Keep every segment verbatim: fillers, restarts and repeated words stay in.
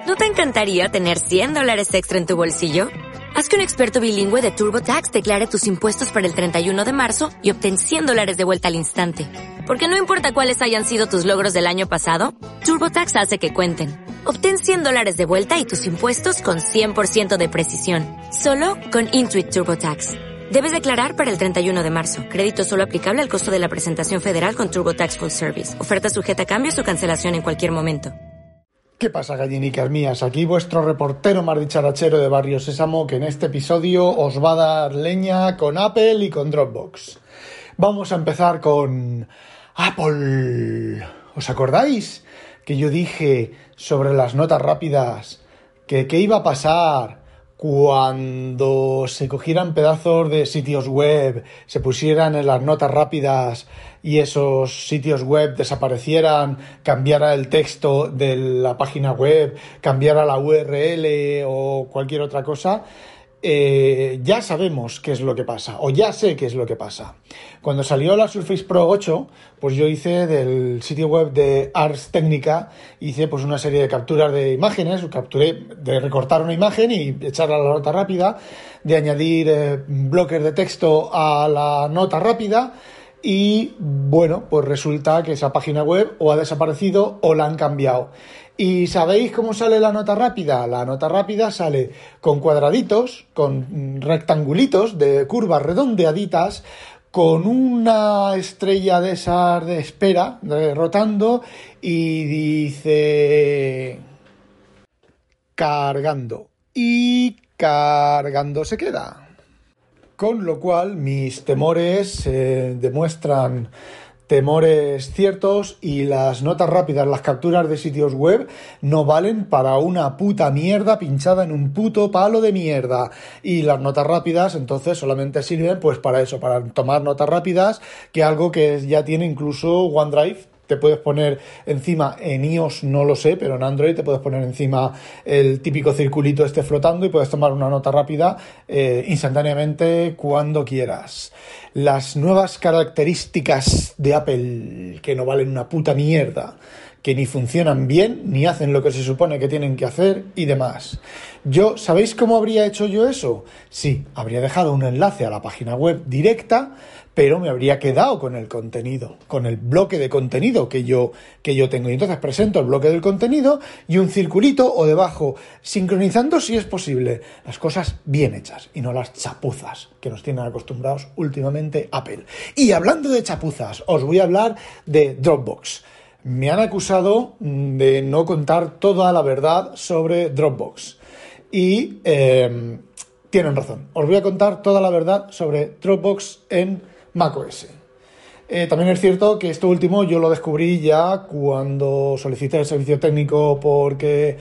¿No te encantaría tener cien dólares extra en tu bolsillo? Haz que un experto bilingüe de TurboTax declare tus impuestos para el treinta y uno de marzo y obtén cien dólares de vuelta al instante. Porque no importa cuáles hayan sido tus logros del año pasado, TurboTax hace que cuenten. Obtén cien dólares de vuelta y tus impuestos con cien por ciento de precisión. Solo con Intuit TurboTax. Debes declarar para el treinta y uno de marzo. Crédito solo aplicable al costo de la presentación federal con TurboTax Full Service. Oferta sujeta a cambios o cancelación en cualquier momento. ¿Qué pasa, gallinicas mías? Aquí vuestro reportero más dicharachero de Barrio Sésamo, que en este episodio os va a dar leña con Apple y con Dropbox. Vamos a empezar con Apple. ¿Os acordáis que yo dije sobre las notas rápidas que qué iba a pasar cuando se cogieran pedazos de sitios web, se pusieran en las notas rápidas y esos sitios web desaparecieran, cambiara el texto de la página web, cambiara la U R L o cualquier otra cosa? Eh, ya sabemos qué es lo que pasa, o ya sé qué es lo que pasa. Cuando salió la Surface Pro ocho, pues yo hice del sitio web de Ars Technica, hice pues una serie de capturas de imágenes, capturé de recortar una imagen y echarla a la nota rápida, de añadir eh, bloques de texto a la nota rápida. Y bueno, pues resulta que esa página web o ha desaparecido o la han cambiado. ¿Y sabéis cómo sale la nota rápida? La nota rápida sale con cuadraditos, con rectangulitos de curvas redondeaditas, con una estrella de esas de espera de, rotando, y dice cargando. Y cargando se queda. Con lo cual mis temores eh, demuestran temores ciertos y las notas rápidas, las capturas de sitios web no valen para una puta mierda pinchada en un puto palo de mierda. Y las notas rápidas entonces solamente sirven pues para eso, para tomar notas rápidas, que algo que ya tiene incluso OneDrive. Te puedes poner encima, en iOS no lo sé, pero en Android te puedes poner encima el típico circulito este flotando y puedes tomar una nota rápida eh, instantáneamente cuando quieras. Las nuevas características de Apple, que no valen una puta mierda, que ni funcionan bien, ni hacen lo que se supone que tienen que hacer y demás. Yo, ¿sabéis cómo habría hecho yo eso? Sí, habría dejado un enlace a la página web directa, pero me habría quedado con el contenido, con el bloque de contenido que yo, que yo tengo. Y entonces presento el bloque del contenido y un circulito o debajo, sincronizando si es posible las cosas bien hechas y no las chapuzas que nos tienen acostumbrados últimamente Apple. Y hablando de chapuzas, os voy a hablar de Dropbox. Me han acusado de no contar toda la verdad sobre Dropbox. Y eh, tienen razón. Os voy a contar toda la verdad sobre Dropbox en macOS. Eh, también es cierto que esto último yo lo descubrí ya cuando solicité el servicio técnico, porque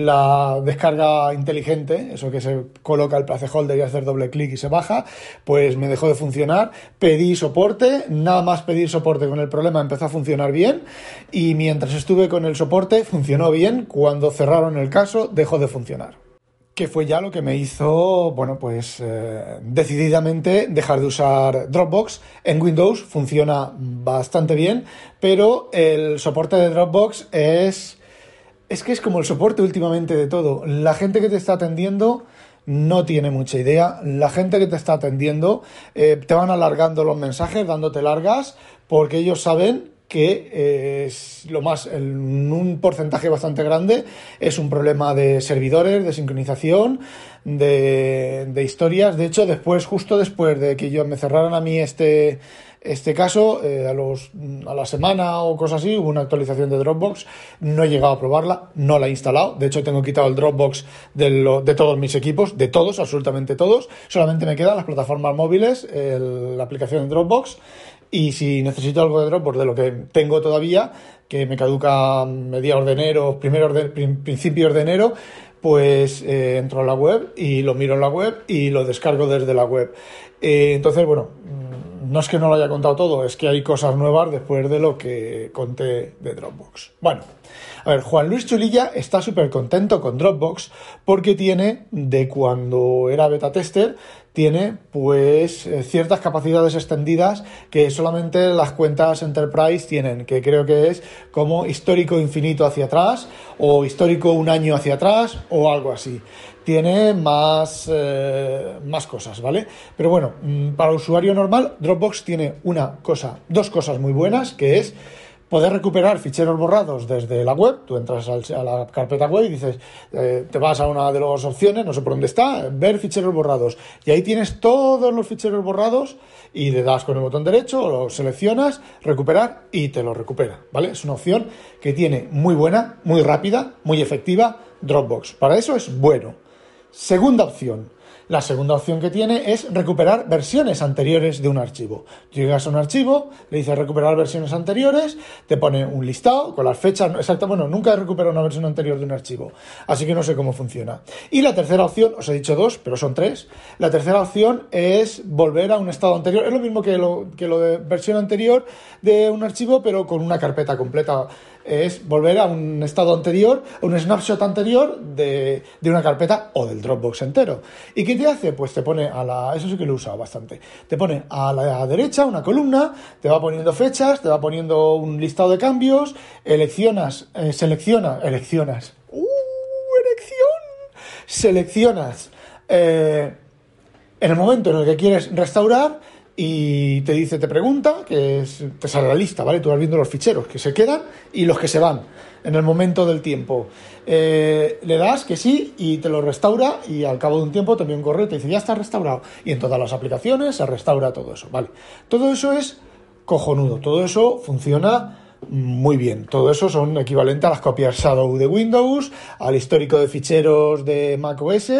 la descarga inteligente, eso que se coloca el placeholder y hacer doble clic y se baja, pues me dejó de funcionar. Pedí soporte, nada más pedir soporte con el problema empezó a funcionar bien, y mientras estuve con el soporte funcionó bien. Cuando cerraron el caso dejó de funcionar, que fue ya lo que me hizo, bueno, pues eh, decididamente dejar de usar Dropbox. En Windows funciona bastante bien, pero el soporte de Dropbox es, es que es como el soporte últimamente de todo. La gente que te está atendiendo no tiene mucha idea. La gente que te está atendiendo eh, te van alargando los mensajes, dándote largas, porque ellos saben que eh, es lo más, en un porcentaje bastante grande, es un problema de servidores, de sincronización, de, de historias. De hecho, después, justo después de que yo me cerraran a mí este, este caso, eh, a, los, a la semana o cosas así, hubo una actualización de Dropbox. No he llegado a probarla, no la he instalado. De hecho, tengo quitado el Dropbox de, lo, de todos mis equipos, de todos, absolutamente todos. Solamente me quedan las plataformas móviles, el, la aplicación de Dropbox. Y si necesito algo de Dropbox, de lo que tengo todavía, que me caduca mediados de enero, primeros de, principios de enero, pues eh, entro a la web y lo miro en la web y lo descargo desde la web. Eh, entonces, bueno, no es que no lo haya contado todo, es que hay cosas nuevas después de lo que conté de Dropbox. Bueno, A ver, Juan Luis Chulilla está súper contento con Dropbox porque tiene, de cuando era beta tester, tiene pues ciertas capacidades extendidas que solamente las cuentas Enterprise tienen, que creo que es como histórico infinito hacia atrás o histórico un año hacia atrás o algo así. Tiene más, eh, más cosas, ¿vale? Pero bueno, para el usuario normal, Dropbox tiene una cosa, dos cosas muy buenas, que es poder recuperar ficheros borrados desde la web. Tú entras al, a la carpeta web y dices, eh, te vas a una de las opciones, no sé por dónde está, ver ficheros borrados. Y ahí tienes todos los ficheros borrados y le das con el botón derecho, lo seleccionas, recuperar y te lo recupera, ¿vale? Es una opción que tiene muy buena, muy rápida, muy efectiva Dropbox. Para eso es bueno. Segunda opción. La segunda opción que tiene es recuperar versiones anteriores de un archivo. Llegas a un archivo, le dices recuperar versiones anteriores, te pone un listado con las fechas exactas. Bueno, nunca he recuperado una versión anterior de un archivo, así que no sé cómo funciona. Y la tercera opción, os he dicho dos, pero son tres. La tercera opción es volver a un estado anterior. Es lo mismo que lo, que lo de versión anterior de un archivo, pero con una carpeta completa. Es volver a un estado anterior, a un snapshot anterior de, de una carpeta o del Dropbox entero. ¿Y qué te hace? Pues te pone a la... Eso sí que lo he usado bastante. Te pone a la derecha una columna, te va poniendo fechas, te va poniendo un listado de cambios, eleccionas, eh, selecciona, eleccionas, ¡uh, elección! Seleccionas eh, en el momento en el que quieres restaurar y te dice, te pregunta, que es, te sale la lista, ¿vale? Tú vas viendo los ficheros que se quedan y los que se van en el momento del tiempo. Eh, le das que sí y te lo restaura y al cabo de un tiempo te envía un correo y te dice, ya está restaurado. Y en todas las aplicaciones se restaura todo eso, ¿vale? Todo eso es cojonudo, todo eso funciona muy bien. Todo eso son equivalentes a las copias Shadow de Windows, al histórico de ficheros de macOS,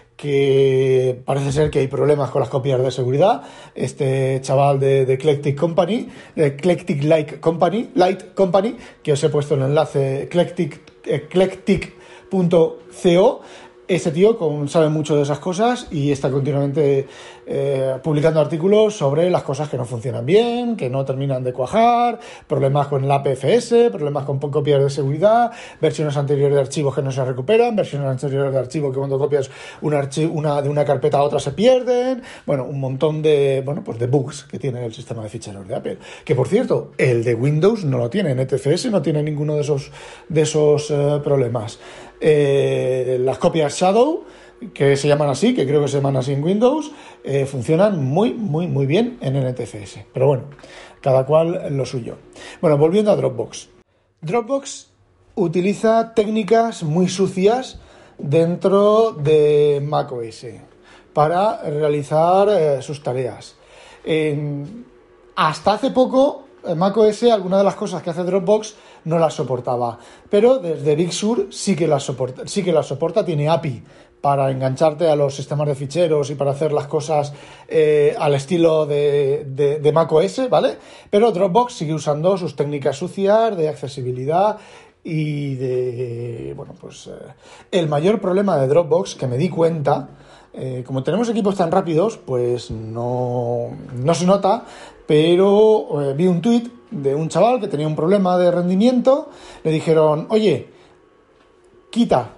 que parece ser que hay problemas con las copias de seguridad. Este chaval de, de Eclectic Company, de Eclectic Light Company, Light Company, que os he puesto el enlace eclectic, eclectic punto co, ese tío con, sabe mucho de esas cosas y está continuamente eh, publicando artículos sobre las cosas que no funcionan bien, que no terminan de cuajar, problemas con el A P F S, problemas con copias de seguridad, versiones anteriores de archivos que no se recuperan, versiones anteriores de archivos que cuando copias un archivo, una, de una carpeta a otra se pierden. Bueno, un montón de, bueno, pues de bugs que tiene el sistema de ficheros de Apple. Que por cierto, el de Windows no lo tiene, N T F S no tiene ninguno de esos, de esos eh, problemas. Eh, las copias Shadow, que se llaman así, que creo que se llaman así en Windows, eh, funcionan muy, muy, muy bien en N T F S. Pero bueno, cada cual lo suyo. Bueno, volviendo a Dropbox. Dropbox utiliza técnicas muy sucias dentro de macOS para realizar eh, sus tareas. Eh, hasta hace poco, en macOS, algunas de las cosas que hace Dropbox no las soportaba, pero desde Big Sur sí que las soporta, sí que las soporta, tiene A P I para engancharte a los sistemas de ficheros y para hacer las cosas eh, al estilo de, de, de macOS, ¿vale? Pero Dropbox sigue usando sus técnicas sucias de accesibilidad y de, bueno, pues eh, el mayor problema de Dropbox que me di cuenta, eh, como tenemos equipos tan rápidos, pues no, no se nota, pero eh, vi un tuit de un chaval que tenía un problema de rendimiento. Le dijeron, oye, quita,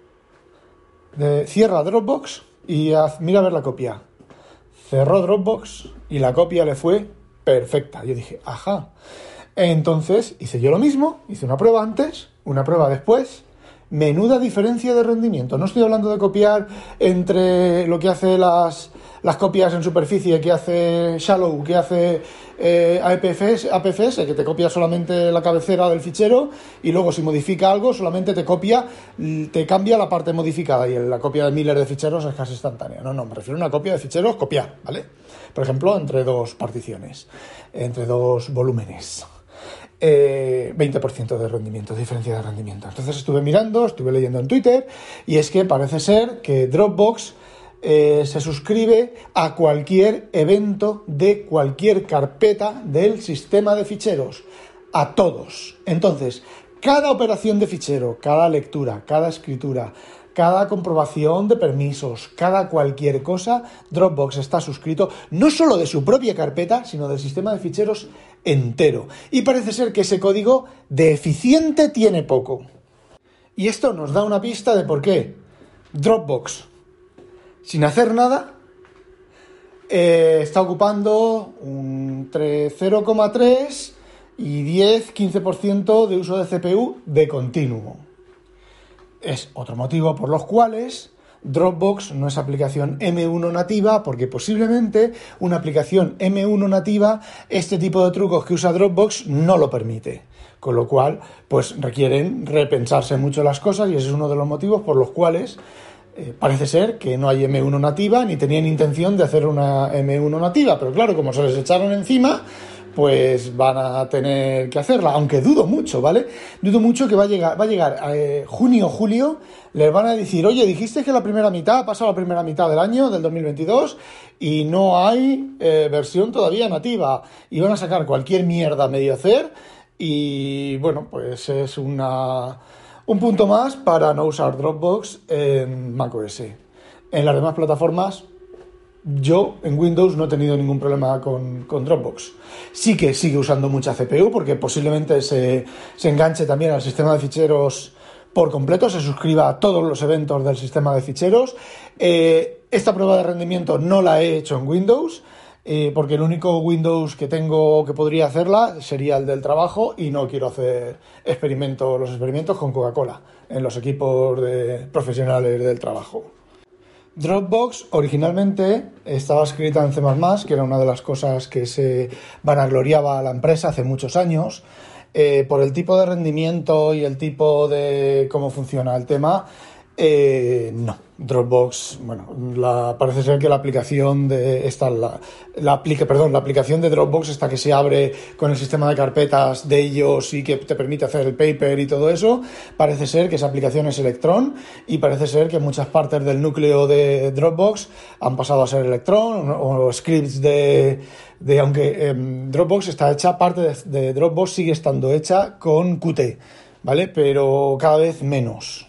de, cierra Dropbox y haz, mira a ver la copia. Cerró Dropbox y la copia le fue perfecta. Yo dije, ajá. Entonces hice yo lo mismo, hice una prueba antes, una prueba después. Menuda diferencia de rendimiento. No estoy hablando de copiar entre lo que hace las, las copias en superficie, que hace Shallow, que hace eh, A P F S, A P F S, que te copia solamente la cabecera del fichero y luego si modifica algo solamente te copia, te cambia la parte modificada y la copia de miles de ficheros es casi instantánea. No, no, me refiero a una copia de ficheros copiar, ¿vale? Por ejemplo, entre dos particiones, entre dos volúmenes. Eh, veinte por ciento de rendimiento, diferencia de rendimiento. Entonces estuve mirando, estuve leyendo en Twitter y es que parece ser que Dropbox eh, se suscribe a cualquier evento de cualquier carpeta del sistema de ficheros, a todos. Entonces, cada operación de fichero, cada lectura, cada escritura, cada comprobación de permisos, cada cualquier cosa, Dropbox está suscrito no solo de su propia carpeta, sino del sistema de ficheros entero. Y parece ser que ese código de eficiente tiene poco. Y esto nos da una pista de por qué Dropbox, sin hacer nada, eh, está ocupando un cero coma tres y diez a quince por ciento de uso de C P U de continuo. Es otro motivo por los cuales Dropbox no es aplicación eme uno nativa, porque posiblemente una aplicación eme uno nativa, este tipo de trucos que usa Dropbox no lo permite. Con lo cual, pues requieren repensarse mucho las cosas, y ese es uno de los motivos por los cuales eh, parece ser que no hay eme uno nativa, ni tenían intención de hacer una eme uno nativa. Pero claro, como se les echaron encima, pues van a tener que hacerla, aunque dudo mucho, ¿vale? Dudo mucho que va a llegar, va a llegar eh, junio o julio, les van a decir, oye, dijiste que la primera mitad, ha pasado la primera mitad del año, del dos mil veintidós, y no hay eh, versión todavía nativa, y van a sacar cualquier mierda a medio hacer, y bueno, pues es una, un punto más para no usar Dropbox en macOS. En las demás plataformas, yo en Windows no he tenido ningún problema con, con Dropbox. Sí que sigue usando mucha C P U, porque posiblemente se, se enganche también al sistema de ficheros por completo, se suscriba a todos los eventos del sistema de ficheros. Eh, esta prueba de rendimiento no la he hecho en Windows, eh, porque el único Windows que tengo que podría hacerla sería el del trabajo, y no quiero hacer experimentos, los experimentos con Coca-Cola en los equipos de, profesionales del trabajo. Dropbox originalmente estaba escrita en C más más, que era una de las cosas que se vanagloriaba a la empresa hace muchos años. Eh, por el tipo de rendimiento y el tipo de cómo funciona el tema, eh, no. Dropbox, bueno, la, parece ser que la aplicación de esta, la, la aplica, perdón, la aplicación de Dropbox, esta que se abre con el sistema de carpetas de ellos y que te permite hacer el paper y todo eso, parece ser que esa aplicación es Electron, y parece ser que muchas partes del núcleo de Dropbox han pasado a ser Electron, o, o scripts de, de aunque eh, Dropbox está hecha, parte de, de Dropbox sigue estando hecha con Qt, ¿vale? Pero cada vez menos.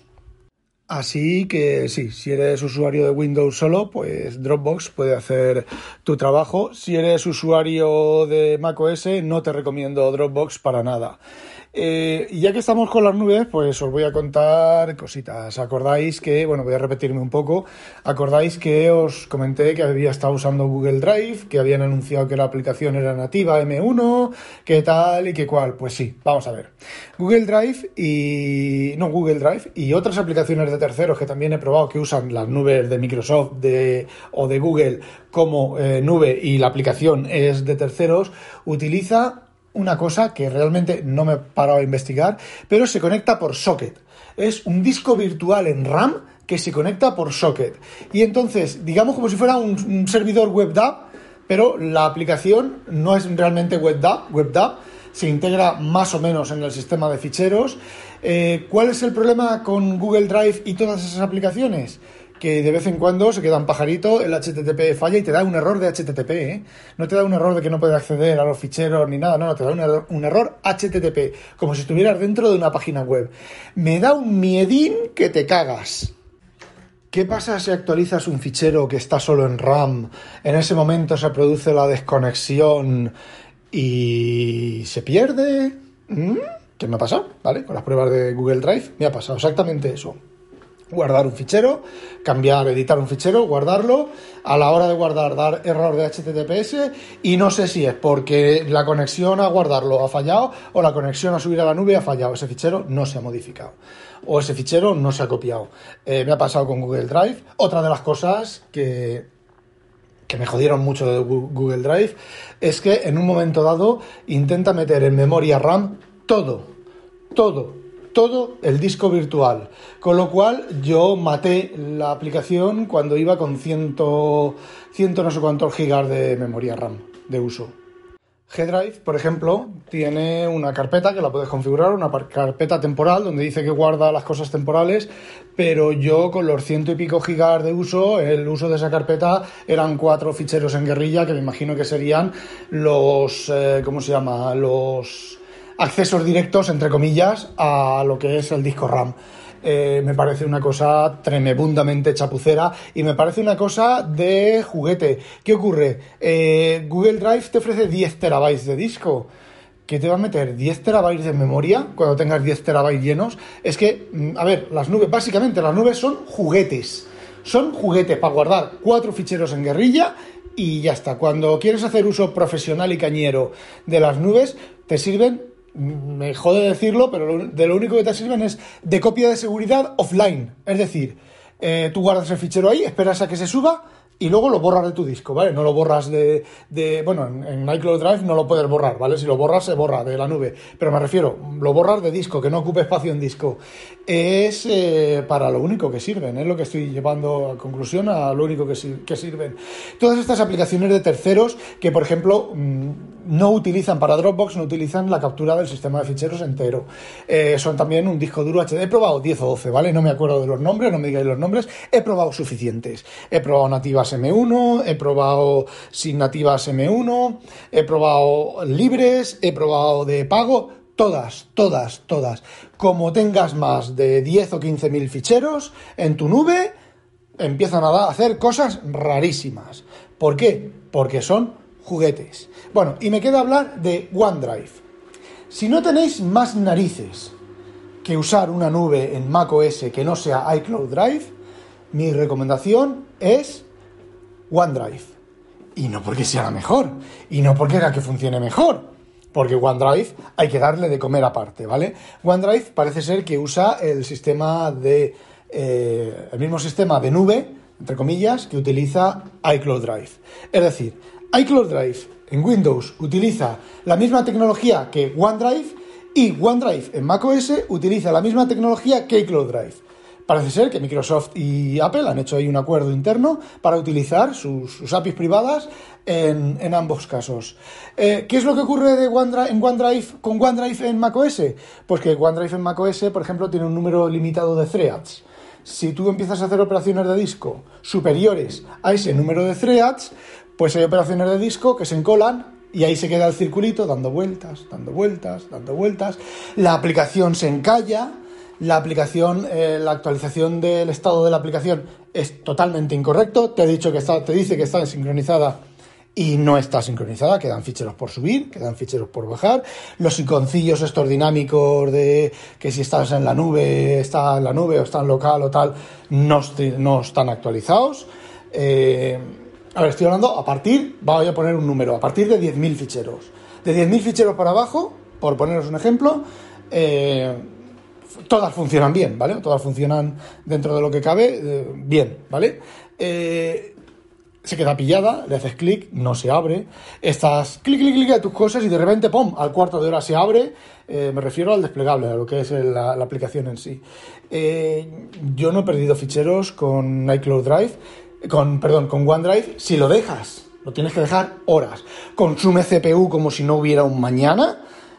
Así que sí, si eres usuario de Windows solo, pues Dropbox puede hacer tu trabajo. Si eres usuario de macOS, no te recomiendo Dropbox para nada. Eh, y ya que estamos con las nubes, pues os voy a contar cositas. Acordáis que, bueno, voy a repetirme un poco, acordáis que os comenté que había estado usando Google Drive, que habían anunciado que la aplicación era nativa eme uno, que tal y que cual. Pues sí, vamos a ver. Google Drive y... no, Google Drive y otras aplicaciones de terceros que también he probado que usan las nubes de Microsoft de, o de Google como eh, nube, y la aplicación es de terceros, utiliza una cosa que realmente no me he parado a investigar, pero se conecta por socket. Es un disco virtual en RAM que se conecta por socket. Y entonces, digamos como si fuera un, un servidor WebDAV, pero la aplicación no es realmente WebDAV, WebDAV, se integra más o menos en el sistema de ficheros. Eh, ¿Cuál es el problema con Google Drive y todas esas aplicaciones? Que de vez en cuando se queda un pajarito, el hache te te pe falla y te da un error de hache te te pe, ¿eh? No te da un error de que no puede acceder a los ficheros ni nada, no, no, te da un error, un error hache te te pe, como si estuvieras dentro de una página web. Me da un miedín que te cagas. ¿Qué pasa si actualizas un fichero que está solo en RAM? En ese momento se produce la desconexión y se pierde. ¿Mm? ¿Qué me ha pasado? ¿Vale? Con las pruebas de Google Drive me ha pasado exactamente eso. Guardar un fichero, cambiar, editar un fichero, guardarlo, a la hora de guardar dar error de hache te te pe ese, y no sé si es porque la conexión a guardarlo ha fallado o la conexión a subir a la nube ha fallado, ese fichero no se ha modificado o ese fichero no se ha copiado. Eh, me ha pasado con Google Drive. Otra de las cosas que, que me jodieron mucho de Google Drive es que en un momento dado intenta meter en memoria RAM todo, todo, todo el disco virtual, con lo cual yo maté la aplicación cuando iba con ciento, ciento no sé cuántos gigas de memoria RAM de uso. G-Drive, por ejemplo, tiene una carpeta que la puedes configurar, una carpeta temporal donde dice que guarda las cosas temporales, pero yo con los ciento y pico gigas de uso, el uso de esa carpeta eran cuatro ficheros en guerrilla que me imagino que serían los, eh, ¿cómo se llama? Los accesos directos, entre comillas, a lo que es el disco RAM. Eh, me parece una cosa tremendamente chapucera y me parece una cosa de juguete. ¿Qué ocurre? Eh, Google Drive te ofrece diez terabytes de disco, que te va a meter diez terabytes de memoria cuando tengas diez terabytes llenos. Es que, a ver, las nubes, básicamente las nubes son juguetes. Son juguetes para guardar cuatro ficheros en guerrilla y ya está. Cuando quieres hacer uso profesional y cañero de las nubes, te sirven, me jode decirlo, pero de lo único que te sirven es de copia de seguridad offline. Es decir, eh, tú guardas el fichero ahí, esperas a que se suba y luego lo borras de tu disco, ¿vale? No lo borras de... de bueno, en, en iCloud Drive no lo puedes borrar, ¿vale? Si lo borras, se borra de la nube. Pero me refiero, lo borras de disco, que no ocupe espacio en disco. Es eh, para lo único que sirven, es lo que estoy llevando a conclusión, a lo único que, que sirven. Todas estas aplicaciones de terceros que, por ejemplo, no utilizan para Dropbox, no utilizan la captura del sistema de ficheros entero. Eh, son también un disco duro H D. He probado diez o doce, ¿vale? No me acuerdo de los nombres, no me digáis los nombres. He probado suficientes. He probado nativas eme uno, he probado sin nativas eme uno, he probado libres, he probado de pago, todas, todas, todas. Como tengas más de diez o quince mil ficheros en tu nube, empiezan a hacer cosas rarísimas. ¿Por qué? Porque son juguetes. Bueno, y me queda hablar de OneDrive. Si no tenéis más narices que usar una nube en macOS que no sea iCloud Drive, mi recomendación es OneDrive. Y no porque sea la mejor, y no porque era que funcione mejor, porque OneDrive hay que darle de comer aparte, ¿vale? OneDrive parece ser que usa el sistema de eh, el mismo sistema de nube, entre comillas, que utiliza iCloud Drive. Es decir, iCloud Drive en Windows utiliza la misma tecnología que OneDrive y OneDrive en macOS utiliza la misma tecnología que iCloud Drive. Parece ser que Microsoft y Apple han hecho ahí un acuerdo interno para utilizar sus, sus A P Is privadas en, en ambos casos. Eh, ¿Qué es lo que ocurre de OneDrive, en OneDrive con OneDrive en macOS? Pues que OneDrive en macOS, por ejemplo, tiene un número limitado de threads. Si tú empiezas a hacer operaciones de disco superiores a ese número de threads, pues hay operaciones de disco que se encolan y ahí se queda el circulito dando vueltas, dando vueltas, dando vueltas. La aplicación se encalla. La aplicación, eh, la actualización del estado de la aplicación es totalmente incorrecto. Te he dicho que está, te dice que está sincronizada y no está sincronizada. Quedan ficheros por subir, quedan ficheros por bajar. Los iconcillos estos dinámicos de que si estás en la nube, está en la nube o está en local o tal, no, est- no están actualizados. Eh, a ver, estoy hablando a partir, voy a poner un número, a partir de diez mil ficheros. De diez mil ficheros para abajo, por poneros un ejemplo, eh, todas funcionan bien, ¿vale? Todas funcionan dentro de lo que cabe, eh, bien, ¿vale? Eh, se queda pillada, le haces clic, no se abre, estás clic, clic, clic a tus cosas y de repente, ¡pum!, al cuarto de hora se abre. Eh, me refiero al desplegable, a lo que es la, la aplicación en sí. Eh, yo no he perdido ficheros con iCloud Drive, con, perdón, con OneDrive. Si lo dejas, lo tienes que dejar horas. Consume C P U como si no hubiera un mañana,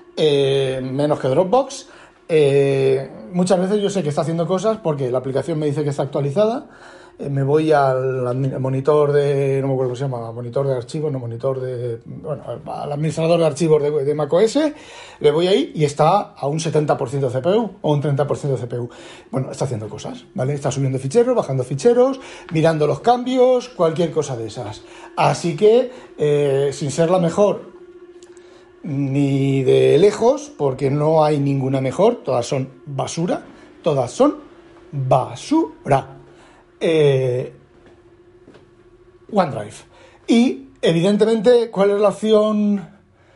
eh, menos que Dropbox. Eh, muchas veces yo sé que está haciendo cosas porque la aplicación me dice que está actualizada. Eh, me voy al, al monitor de, no me acuerdo cómo se llama, monitor de archivos, no monitor de, bueno, al administrador de archivos de, de macOS, le voy ahí y está a un setenta por ciento de C P U o un treinta por ciento de C P U. Bueno, está haciendo cosas, ¿vale? Está subiendo ficheros, bajando ficheros, mirando los cambios, cualquier cosa de esas. Así que, eh, sin ser la mejor ni de lejos, porque no hay ninguna mejor, todas son basura, todas son basura. Eh, OneDrive. Y, evidentemente, ¿cuál es la opción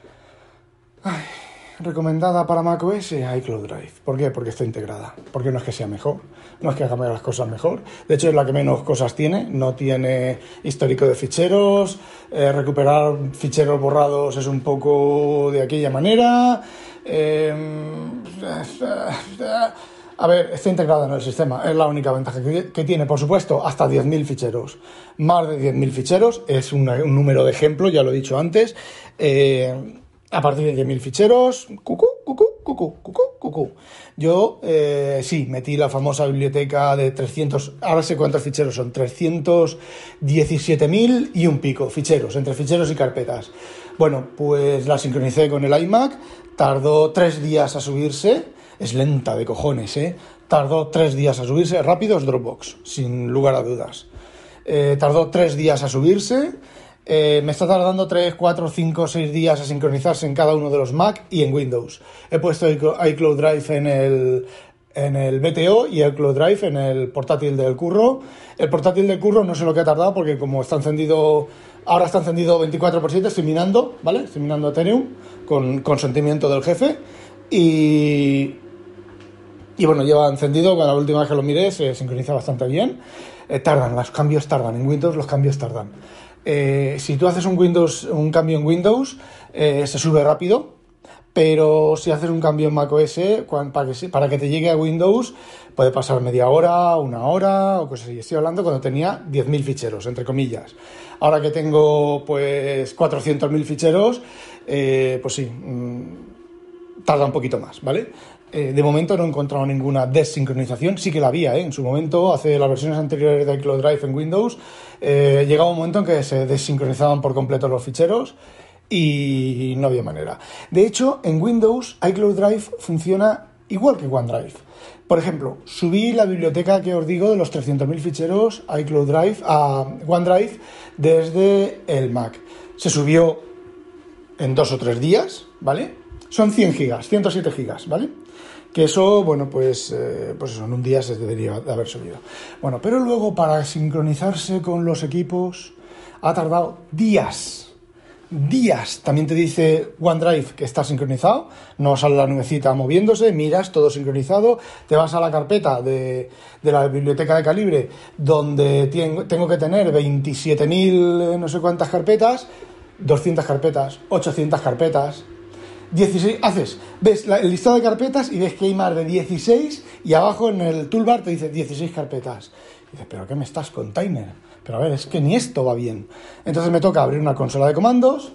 ay, recomendada para macOS? iCloud Drive. ¿Por qué? Porque está integrada. Porque no es que sea mejor, no es que haga las cosas mejor. De hecho, es la que menos cosas tiene. No tiene histórico de ficheros. Eh, recuperar ficheros borrados es un poco de aquella manera. Eh, a ver, está integrada en el sistema. Es la única ventaja que, que tiene. Por supuesto, hasta diez mil ficheros. Más de diez mil ficheros. Es una, un número de ejemplo, ya lo he dicho antes. Eh... A partir de diez mil ficheros, cucú, cucú, cucú, cucú, cucú. Yo, eh, sí, metí la famosa biblioteca de trescientos, ahora sé cuántos ficheros son, trescientos diecisiete mil y un pico ficheros, entre ficheros y carpetas. Bueno, pues la sincronicé con el iMac, tardó tres días a subirse, es lenta de cojones, ¿eh? Tardó tres días a subirse, rápido es Dropbox, sin lugar a dudas. Eh, tardó tres días a subirse. eh, me está tardando tres, cuatro, cinco, seis días a sincronizarse en cada uno de los Mac y en Windows. He puesto iCloud Drive en el, en el B T O y iCloud Drive en el portátil del curro. El portátil del curro no sé lo que ha tardado porque como está encendido, ahora está encendido veinticuatro por siete, estoy minando, ¿vale? Estoy minando Ethereum con consentimiento del jefe y... Y bueno, lleva encendido, la última vez que lo miré se sincroniza bastante bien. Eh, tardan, los cambios tardan, en Windows los cambios tardan. Eh, si tú haces un Windows, un cambio en Windows, eh, se sube rápido, pero si haces un cambio en macOS, para que, para que te llegue a Windows, puede pasar media hora, una hora o cosas así. Estoy hablando cuando tenía diez mil ficheros, entre comillas. Ahora que tengo pues cuatrocientos mil ficheros, eh, pues sí, mmm, tarda un poquito más, ¿vale? Eh, de momento no he encontrado ninguna desincronización, sí que la había, ¿eh? En su momento, hace las versiones anteriores de iCloud Drive en Windows, eh, llegaba un momento en que se desincronizaban por completo los ficheros y no había manera. De hecho, en Windows iCloud Drive funciona igual que OneDrive. Por ejemplo, subí la biblioteca que os digo de los trescientos mil ficheros a iCloud Drive, a OneDrive desde el Mac. Se subió en dos o tres días, ¿vale? Son cien gigas, ciento siete gigas, ¿vale? Que eso, bueno, pues, eh, pues eso, en un día se debería de haber subido. Bueno, pero luego para sincronizarse con los equipos ha tardado días. Días. También te dice OneDrive que está sincronizado, no sale la nubecita moviéndose, miras todo sincronizado, te vas a la carpeta de, de la biblioteca de Calibre, donde tengo, tengo que tener veintisiete mil no sé cuántas carpetas, doscientas carpetas, ochocientas carpetas, dieciséis, haces, ves la, el listado de carpetas y ves que hay más de dieciséis y abajo en el toolbar te dice dieciséis carpetas. Y dices, ¿pero qué me estás, container? Pero a ver, es que ni esto va bien. Entonces me toca abrir una consola de comandos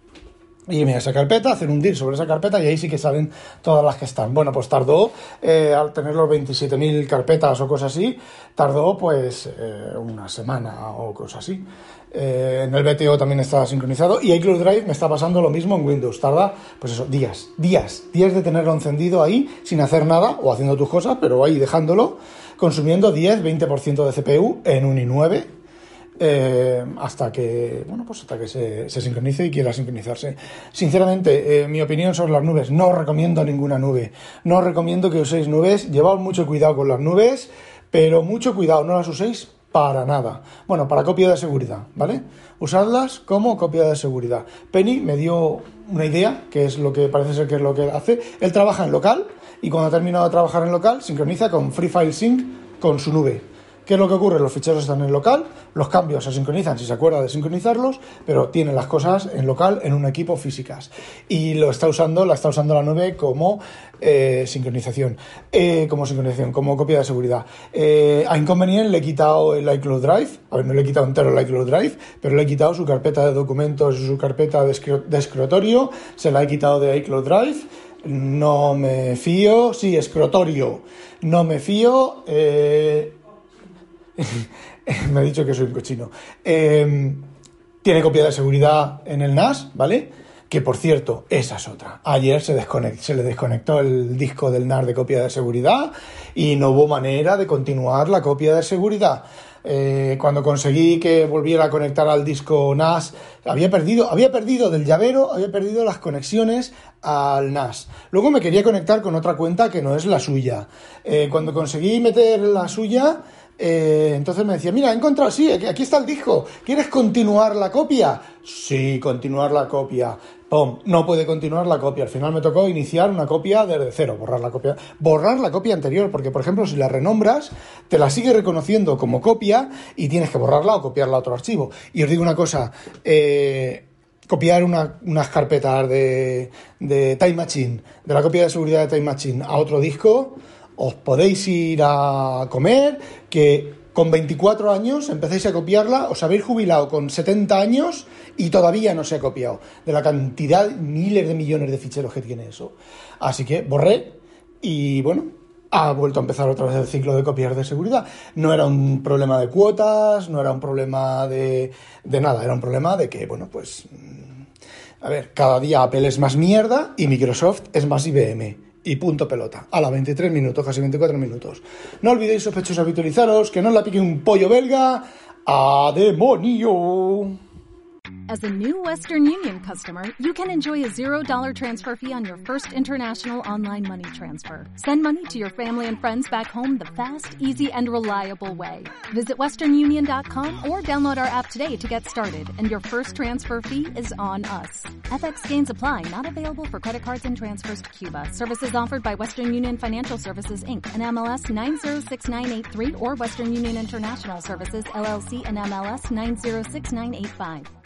y irme a esa carpeta, hacer un dir sobre esa carpeta y ahí sí que salen todas las que están. Bueno, pues tardó, eh, al tener los veintisiete mil carpetas o cosas así, tardó pues eh, una semana o cosas así. Eh, en el B T O también estaba sincronizado y iCloud Drive me está pasando lo mismo en Windows. Tarda, pues eso, días, días, días de tenerlo encendido ahí sin hacer nada o haciendo tus cosas, pero ahí dejándolo, consumiendo diez, veinte por ciento de C P U en un i nueve. Eh, hasta que bueno pues hasta que se, se sincronice y quiera sincronizarse. Sinceramente, eh, mi opinión sobre las nubes, no os recomiendo ninguna nube, no os recomiendo que uséis nubes, llevaos mucho cuidado con las nubes, pero mucho cuidado, no las uséis para nada. Bueno, para copia de seguridad, ¿vale? Usadlas como copia de seguridad. Penny me dio una idea, que es lo que parece ser que es lo que hace. Él trabaja en local y cuando ha terminado de trabajar en local sincroniza con Free File Sync con su nube. ¿Qué es lo que ocurre? Los ficheros están en local, los cambios se sincronizan si se acuerda de sincronizarlos, pero tiene las cosas en local en un equipo físicas. Y lo está usando, la está usando la nube como eh, sincronización, eh, como sincronización, como copia de seguridad. Eh, a Inconvenient le he quitado el iCloud Drive, a ver, no le he quitado entero el iCloud Drive, pero le he quitado su carpeta de documentos y su carpeta de, escri- de escritorio, se la he quitado de iCloud Drive. No me fío, sí, escritorio, no me fío, eh... me ha dicho que soy un cochino. Eh, tiene copia de seguridad en el N A S, ¿vale? Que por cierto, esa es otra. Ayer se, desconect, se le desconectó el disco del N A S de copia de seguridad y no hubo manera de continuar la copia de seguridad. Eh, cuando conseguí que volviera a conectar al disco N A S, había perdido, había perdido del llavero, había perdido las conexiones al N A S. Luego me quería conectar con otra cuenta que no es la suya. Eh, cuando conseguí meter la suya, Eh, entonces me decía, mira, he encontrado, sí, aquí está el disco, ¿quieres continuar la copia? Sí, continuar la copia. Pum, no puede continuar la copia. Al final me tocó iniciar una copia desde cero, borrar la copia, borrar la copia anterior, porque por ejemplo si la renombras, te la sigue reconociendo como copia y tienes que borrarla o copiarla a otro archivo. Y os digo una cosa, eh... copiar una, unas carpetas de, de Time Machine, de la copia de seguridad de Time Machine a otro disco, os podéis ir a comer, que con veinticuatro años empezáis a copiarla, os habéis jubilado con setenta años y todavía no se ha copiado, de la cantidad, miles de millones de ficheros que tiene eso. Así que borré y bueno, ha vuelto a empezar otra vez el ciclo de copiar de seguridad. No era un problema de cuotas, no era un problema de, de nada, era un problema de que, bueno, pues, a ver, cada día Apple es más mierda y Microsoft es más I B M. Y punto pelota. A la veintitrés minutos, casi veinticuatro minutos. No olvidéis, sospechosos, habitualizaros, que no la pique un pollo belga. ¡A demonio! As a new Western Union customer, you can enjoy a zero dollar transfer fee on your first international online money transfer. Send money to your family and friends back home the fast, easy, and reliable way. Visit western union dot com or download our app today to get started, and your first transfer fee is on us. F X gains apply, not available for credit cards and transfers to Cuba. Services offered by Western Union Financial Services, Incorporated and M L S nine zero six nine eight three or Western Union International Services, L L C and M L S nine zero six nine eight five.